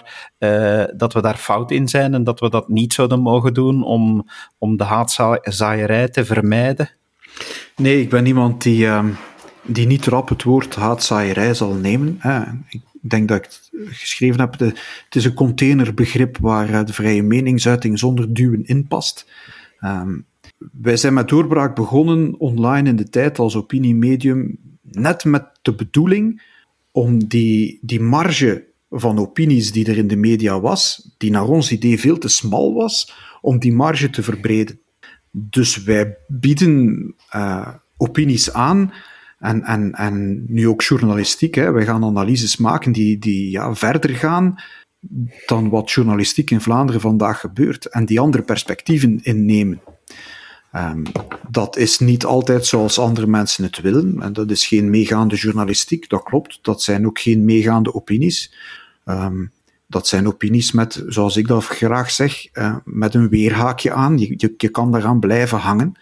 we daar fout in zijn en dat we dat niet zouden mogen doen om de haatzaaierij te vermijden? Nee, ik ben iemand die niet rap het woord haatzaaierij zal nemen. Ik denk dat ik het geschreven heb. Het is een containerbegrip waar de vrije meningsuiting zonder duwen in past. Wij zijn met Doorbraak begonnen online in de tijd als opiniemedium net met de bedoeling om die marge van opinies die er in de media was, die naar ons idee veel te smal was, om die marge te verbreden. Dus wij bieden opinies aan en nu ook journalistiek. Wij gaan analyses maken die verder gaan dan wat journalistiek in Vlaanderen vandaag gebeurt en die andere perspectieven innemen. Dat is niet altijd zoals andere mensen het willen en dat is geen meegaande journalistiek, dat klopt. Dat zijn ook geen meegaande opinies. Dat zijn opinies met, zoals ik dat graag zeg, met een weerhaakje aan. Je kan daaraan blijven hangen.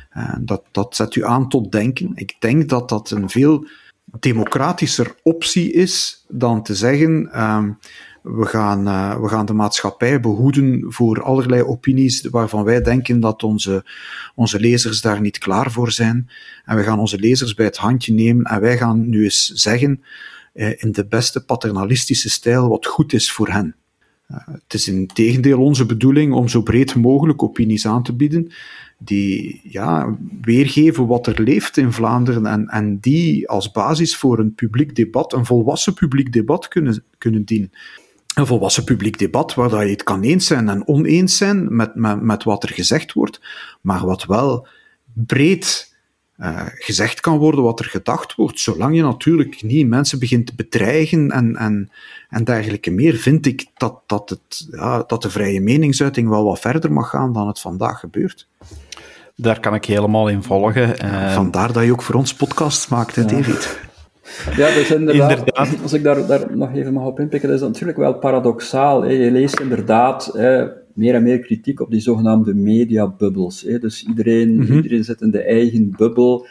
Dat zet u aan tot denken. Ik denk dat dat een veel democratischer optie is dan te zeggen we gaan de maatschappij behoeden voor allerlei opinies waarvan wij denken dat onze lezers daar niet klaar voor zijn. En we gaan onze lezers bij het handje nemen en wij gaan nu eens zeggen in de beste paternalistische stijl wat goed is voor hen. Het is in tegendeel onze bedoeling om zo breed mogelijk opinies aan te bieden die weergeven wat er leeft in Vlaanderen en die als basis voor een publiek debat, een volwassen publiek debat kunnen dienen. Een volwassen publiek debat waar je het kan eens zijn en oneens zijn met wat er gezegd wordt, maar wat wel breed gezegd kan worden, wat er gedacht wordt, zolang je natuurlijk niet mensen begint te bedreigen en dergelijke meer, vind ik dat de vrije meningsuiting wel wat verder mag gaan dan het vandaag gebeurt. Daar kan ik helemaal in volgen. Vandaar dat je ook voor ons podcasts maakt, hè, David? Ja, dus inderdaad, als ik daar nog even mag op inpikken, dat is natuurlijk wel paradoxaal. Hè. Je leest inderdaad meer en meer kritiek op die zogenaamde mediabubbels. Dus iedereen zit in de eigen bubbel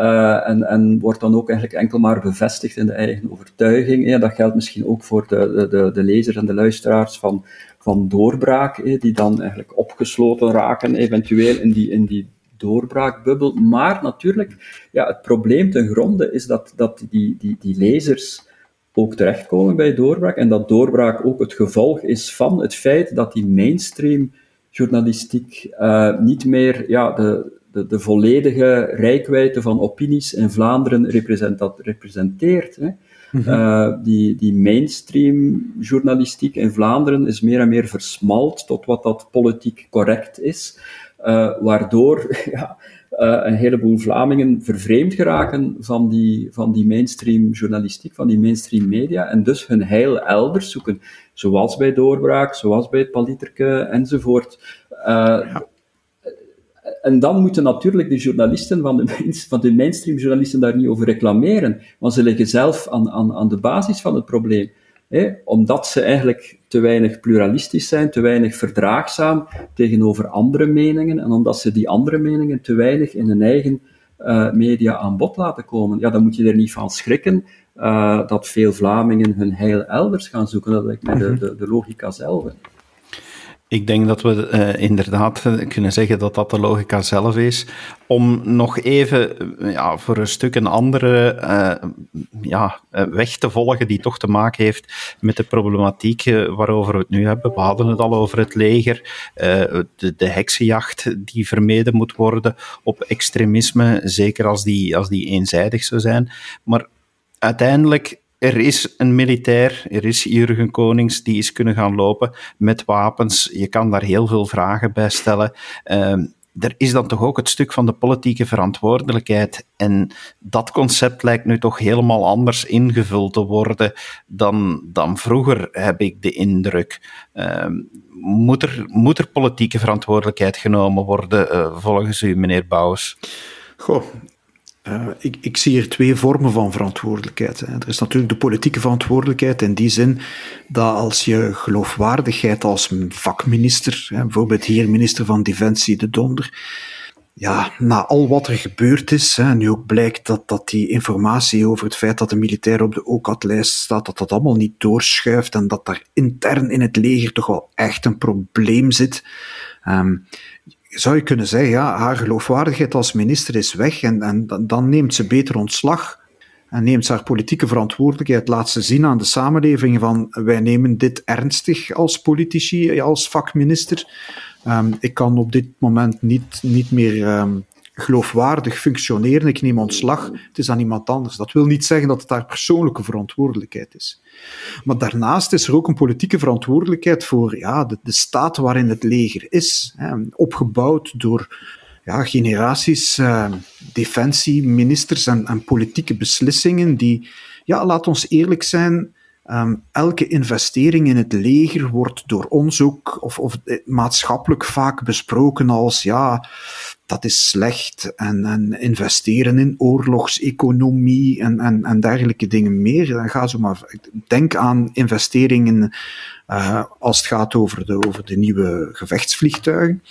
en wordt dan ook eigenlijk enkel maar bevestigd in de eigen overtuiging. Dat geldt misschien ook voor de lezers en de luisteraars van Doorbraak, die dan eigenlijk opgesloten raken, eventueel in die doorbraakbubbel. Maar natuurlijk, het probleem ten gronde is dat die lezers ook terechtkomen bij Doorbraak en dat Doorbraak ook het gevolg is van het feit dat die mainstream journalistiek niet meer de volledige reikwijdte van opinies in Vlaanderen representeert. Hè. Die mainstream journalistiek in Vlaanderen is meer en meer versmalt tot wat dat politiek correct is. Waardoor een heleboel Vlamingen vervreemd geraken van die mainstream journalistiek, van die mainstream media, en dus hun heil elders zoeken, zoals bij Doorbraak, zoals bij het Paliterke, enzovoort. En dan moeten natuurlijk de journalisten van de mainstream journalisten daar niet over reclameren, want ze liggen zelf aan de basis van het probleem. Omdat ze eigenlijk te weinig pluralistisch zijn, te weinig verdraagzaam tegenover andere meningen, en omdat ze die andere meningen te weinig in hun eigen media aan bod laten komen. Dan moet je er niet van schrikken dat veel Vlamingen hun heil elders gaan zoeken. Dat lijkt mij de logica zelf. Ik denk dat we inderdaad kunnen zeggen dat dat de logica zelf is. Om nog even voor een stuk een andere weg te volgen die toch te maken heeft met de problematiek waarover we het nu hebben. We hadden het al over het leger, de heksenjacht die vermeden moet worden op extremisme, zeker als die eenzijdig zou zijn. Maar uiteindelijk, er is een militair, er is Jurgen Konings, die is kunnen gaan lopen met wapens. Je kan daar heel veel vragen bij stellen. Er is dan toch ook het stuk van de politieke verantwoordelijkheid. En dat concept lijkt nu toch helemaal anders ingevuld te worden dan vroeger, heb ik de indruk. Moet er politieke verantwoordelijkheid genomen worden, volgens u, meneer Bouwens? Goh. Ik zie hier twee vormen van verantwoordelijkheid. Er is natuurlijk de politieke verantwoordelijkheid in die zin dat als je geloofwaardigheid als vakminister, bijvoorbeeld hier minister van Defensie De Donder, ja, na al wat er gebeurd is, nu ook blijkt dat die informatie over het feit dat de militair op de OCAT-lijst staat, dat allemaal niet doorschuift en dat daar intern in het leger toch wel echt een probleem zit. Zou je kunnen zeggen, ja, haar geloofwaardigheid als minister is weg en dan neemt ze beter ontslag en neemt ze haar politieke verantwoordelijkheid, laat ze zien aan de samenleving van wij nemen dit ernstig als politici, als vakminister. Ik kan op dit moment niet meer geloofwaardig functioneren, ik neem ontslag, het is aan iemand anders. Dat wil niet zeggen dat het haar persoonlijke verantwoordelijkheid is. Maar daarnaast is er ook een politieke verantwoordelijkheid voor de staat waarin het leger is. Opgebouwd door generaties defensieministers en politieke beslissingen die, laat ons eerlijk zijn, elke investering in het leger wordt door ons ook, of maatschappelijk vaak besproken als, dat is slecht, en investeren in oorlogseconomie en dergelijke dingen meer. Dan ga zo maar, denk aan investeringen als het gaat over de nieuwe gevechtsvliegtuigen.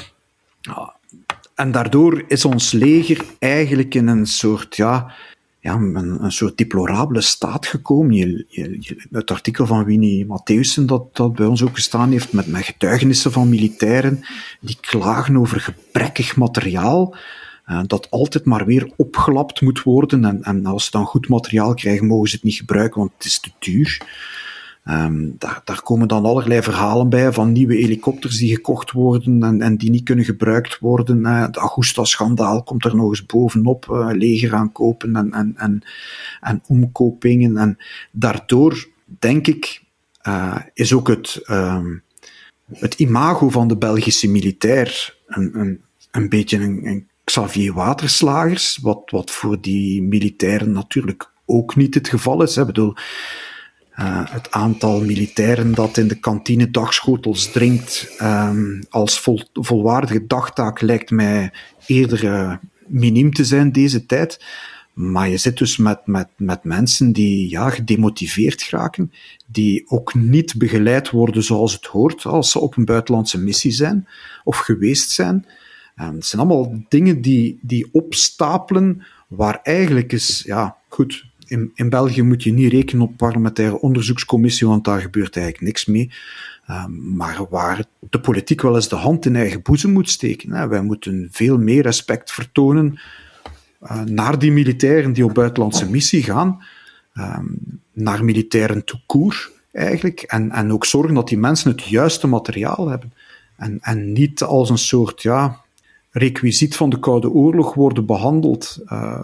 En daardoor is ons leger eigenlijk in een soort, een soort deplorabele staat gekomen. Het artikel van Winnie Mattheussen dat bij ons ook gestaan heeft met getuigenissen van militairen die klagen over gebrekkig materiaal, dat altijd maar weer opgelapt moet worden en als ze dan goed materiaal krijgen mogen ze het niet gebruiken, want het is te duur. Daar komen dan allerlei verhalen bij van nieuwe helikopters die gekocht worden en die niet kunnen gebruikt worden. Het Augusta-schandaal komt er nog eens bovenop, leger aankopen en omkopingen. En daardoor, denk ik, is ook het imago van de Belgische militair een beetje een Xavier Waterslagers, wat voor die militairen natuurlijk ook niet het geval is. Ik bedoel, het aantal militairen dat in de kantine dagschotels drinkt als volwaardige dagtaak lijkt mij eerder miniem te zijn deze tijd. Maar je zit dus met mensen die gedemotiveerd geraken, die ook niet begeleid worden zoals het hoort als ze op een buitenlandse missie zijn of geweest zijn. Het zijn allemaal dingen die opstapelen waar eigenlijk is, goed, in België moet je niet rekenen op parlementaire onderzoekscommissie, want daar gebeurt eigenlijk niks mee. Maar waar de politiek wel eens de hand in eigen boezem moet steken. Wij moeten veel meer respect vertonen naar die militairen die op buitenlandse missie gaan, naar militairen tout court eigenlijk, en ook zorgen dat die mensen het juiste materiaal hebben. En niet als een soort requisiet van de Koude Oorlog worden behandeld.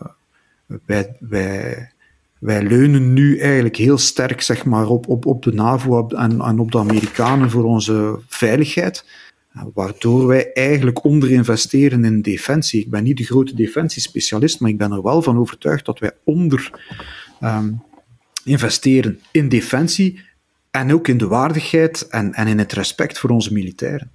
Wij leunen nu eigenlijk heel sterk zeg maar, op de NAVO en op de Amerikanen voor onze veiligheid, waardoor wij eigenlijk onderinvesteren in defensie. Ik ben niet de grote defensiespecialist, maar ik ben er wel van overtuigd dat wij investeren in defensie en ook in de waardigheid en in het respect voor onze militairen.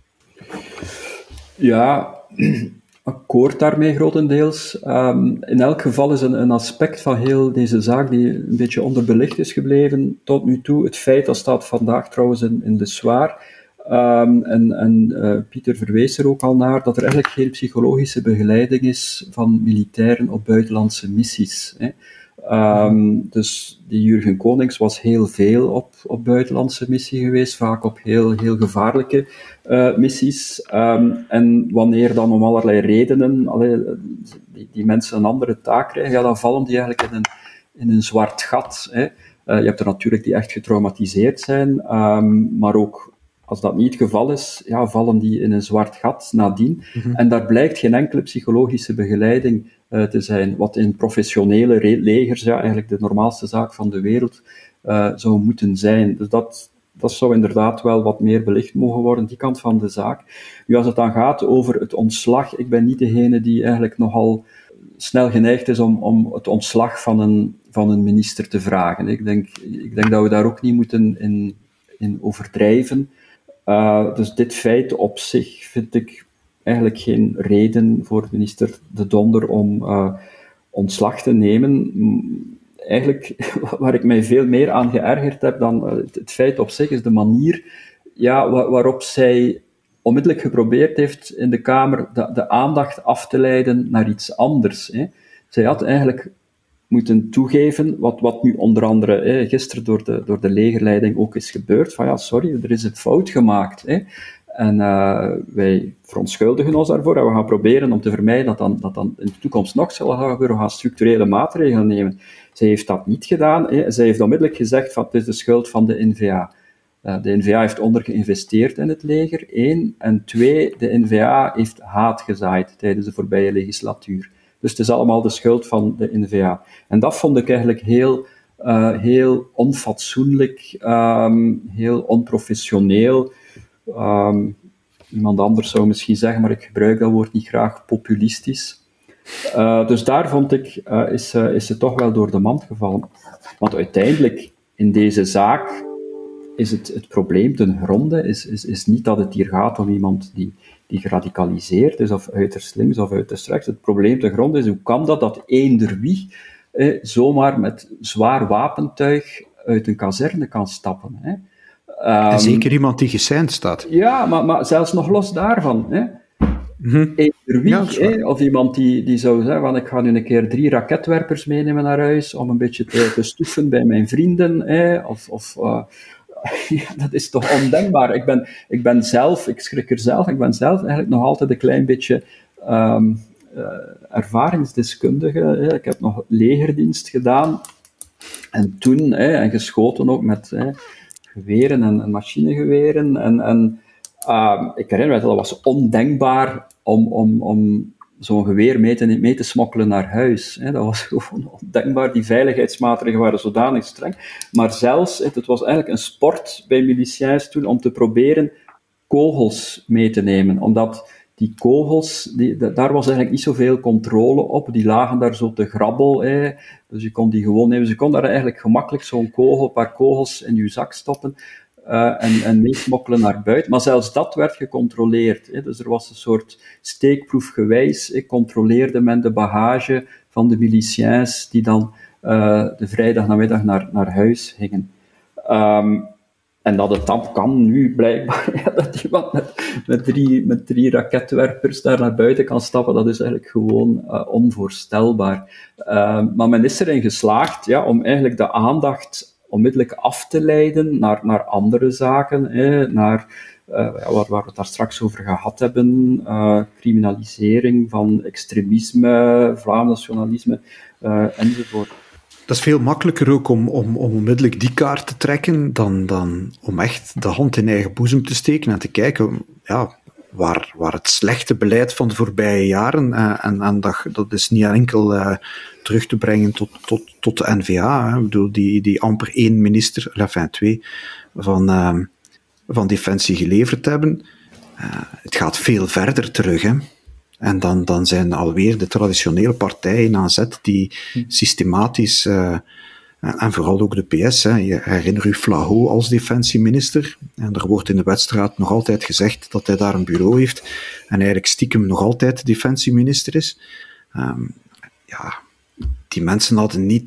Ja, akkoord daarmee grotendeels. In elk geval is een aspect van heel deze zaak die een beetje onderbelicht is gebleven tot nu toe. Het feit, dat staat vandaag trouwens in de Soir, Pieter verwees er ook al naar, dat er eigenlijk geen psychologische begeleiding is van militairen op buitenlandse missies. Dus die Jurgen Konings was heel veel op buitenlandse missie geweest, vaak op heel, heel gevaarlijke missies. En wanneer dan om allerlei redenen die mensen een andere taak krijgen, dan vallen die eigenlijk in een zwart gat. Je hebt er natuurlijk die echt getraumatiseerd zijn, maar ook als dat niet het geval is, vallen die in een zwart gat nadien. Mm-hmm. En daar blijkt geen enkele psychologische begeleiding te zijn, wat in professionele legers eigenlijk de normaalste zaak van de wereld zou moeten zijn. Dus dat zou inderdaad wel wat meer belicht mogen worden, die kant van de zaak. Nu, als het dan gaat over het ontslag, ik ben niet degene die eigenlijk nogal snel geneigd is om het ontslag van een minister te vragen. Ik denk dat we daar ook niet moeten in overdrijven. Dus dit feit op zich vind ik eigenlijk geen reden voor minister De Donder ontslag te nemen. Eigenlijk, waar ik mij veel meer aan geërgerd heb dan het feit op zich, is de manier waarop zij onmiddellijk geprobeerd heeft in de Kamer de aandacht af te leiden naar iets anders. Hè. Zij had eigenlijk moeten toegeven, wat nu onder andere gisteren door de legerleiding ook is gebeurd, van sorry, er is een fout gemaakt. Hè. En wij verontschuldigen ons daarvoor en we gaan proberen om te vermijden dat dan in de toekomst nog zal gebeuren. We gaan structurele maatregelen nemen. Zij heeft dat niet gedaan. Zij heeft onmiddellijk gezegd van het is de schuld van de N-VA. De N-VA heeft ondergeïnvesteerd in het leger, 1. En 2, de N-VA heeft haat gezaaid tijdens de voorbije legislatuur. Dus het is allemaal de schuld van de N-VA. En dat vond ik eigenlijk heel onfatsoenlijk, heel onprofessioneel. Iemand anders zou misschien zeggen, maar ik gebruik dat woord niet graag, populistisch. Dus daar vond ik, is ze toch wel door de mand gevallen. Want uiteindelijk, in deze zaak, is het probleem ten gronde, is niet dat het hier gaat om iemand die geradicaliseerd is, of uiterst links of uiterst rechts. Het probleem ten gronde is, hoe kan dat eender wie zomaar met zwaar wapentuig uit een kazerne kan stappen, hè? En zeker iemand die geseind staat. Ja, maar zelfs nog los daarvan. Hè. Eender wie, of iemand die zou zeggen, van, ik ga nu een keer 3 raketwerpers meenemen naar huis, om een beetje te stoeven bij mijn vrienden, dat is toch ondenkbaar. Ik ben zelf eigenlijk nog altijd een klein beetje ervaringsdeskundige. Ik heb nog legerdienst gedaan, en toen, en geschoten ook met geweren en machinegeweren. En ik herinner me dat was ondenkbaar om zo'n geweer mee te smokkelen naar huis. Dat was gewoon ondenkbaar. Die veiligheidsmaatregelen waren zodanig streng. Maar zelfs, het was eigenlijk een sport bij miliciëns toen om te proberen kogels mee te nemen. Omdat die kogels, daar was eigenlijk niet zoveel controle op. Die lagen daar zo te grabbel. Dus je kon die gewoon nemen. Dus je kon daar eigenlijk gemakkelijk zo'n paar kogels in je zak stoppen en meesmokkelen naar buiten. Maar zelfs dat werd gecontroleerd. Dus er was een soort steekproefgewijs. Controleerde men de bagage van de miliciëns die dan de vrijdagnamiddag naar huis gingen. En dat het dan kan nu blijkbaar, dat iemand met drie raketwerpers daar naar buiten kan stappen, dat is eigenlijk gewoon onvoorstelbaar. Maar men is erin geslaagd om eigenlijk de aandacht onmiddellijk af te leiden naar andere zaken, naar waar we het daar straks over gehad hebben, criminalisering van extremisme, Vlaams nationalisme, enzovoort. Dat is veel makkelijker ook om onmiddellijk die kaart te trekken dan om echt de hand in eigen boezem te steken en te kijken waar het slechte beleid van de voorbije jaren, en dat is niet enkel terug te brengen tot de N-VA. Hè. Ik bedoel, die amper 1 minister, 2, van Defensie geleverd hebben. Het gaat veel verder terug, hè. En dan zijn alweer de traditionele partijen aan zet die systematisch, en vooral ook de PS, je herinner u Vlaho als defensieminister, en er wordt in de wedstrijd nog altijd gezegd dat hij daar een bureau heeft, en eigenlijk stiekem nog altijd defensieminister is. Die mensen hadden niet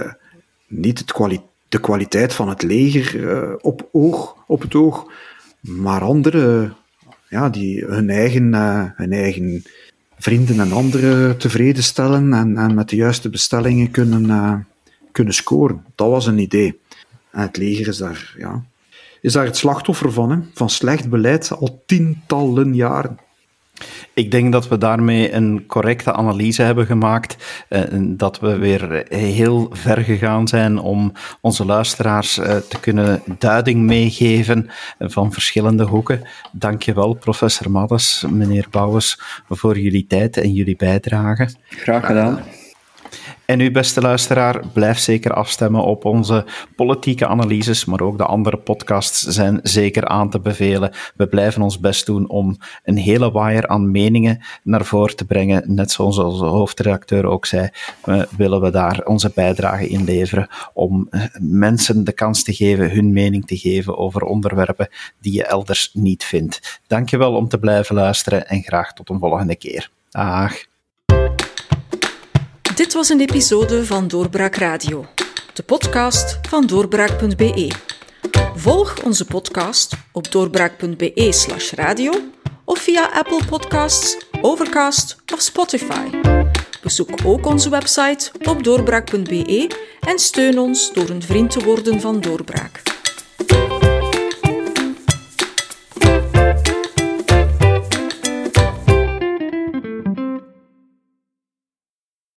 de kwaliteit van het leger op het oog, maar anderen, die hun eigen vrienden en anderen tevreden stellen en met de juiste bestellingen kunnen scoren. Dat was een idee. En het leger is daar het slachtoffer van, hè? Van slecht beleid al tientallen jaren. Ik denk dat we daarmee een correcte analyse hebben gemaakt, dat we weer heel ver gegaan zijn om onze luisteraars te kunnen duiding meegeven van verschillende hoeken. Dank je wel, professor Maddes, meneer Bouwens, voor jullie tijd en jullie bijdrage. Graag gedaan. En u, beste luisteraar, blijf zeker afstemmen op onze politieke analyses, maar ook de andere podcasts zijn zeker aan te bevelen. We blijven ons best doen om een hele waaier aan meningen naar voren te brengen. Net zoals onze hoofdredacteur ook zei, willen we daar onze bijdrage in leveren om mensen de kans te geven hun mening te geven over onderwerpen die je elders niet vindt. Dankjewel om te blijven luisteren en graag tot een volgende keer. Dag. Dit was een episode van Doorbraak Radio, de podcast van doorbraak.be. Volg onze podcast op doorbraak.be/radio of via Apple Podcasts, Overcast of Spotify. Bezoek ook onze website op doorbraak.be en steun ons door een vriend te worden van Doorbraak.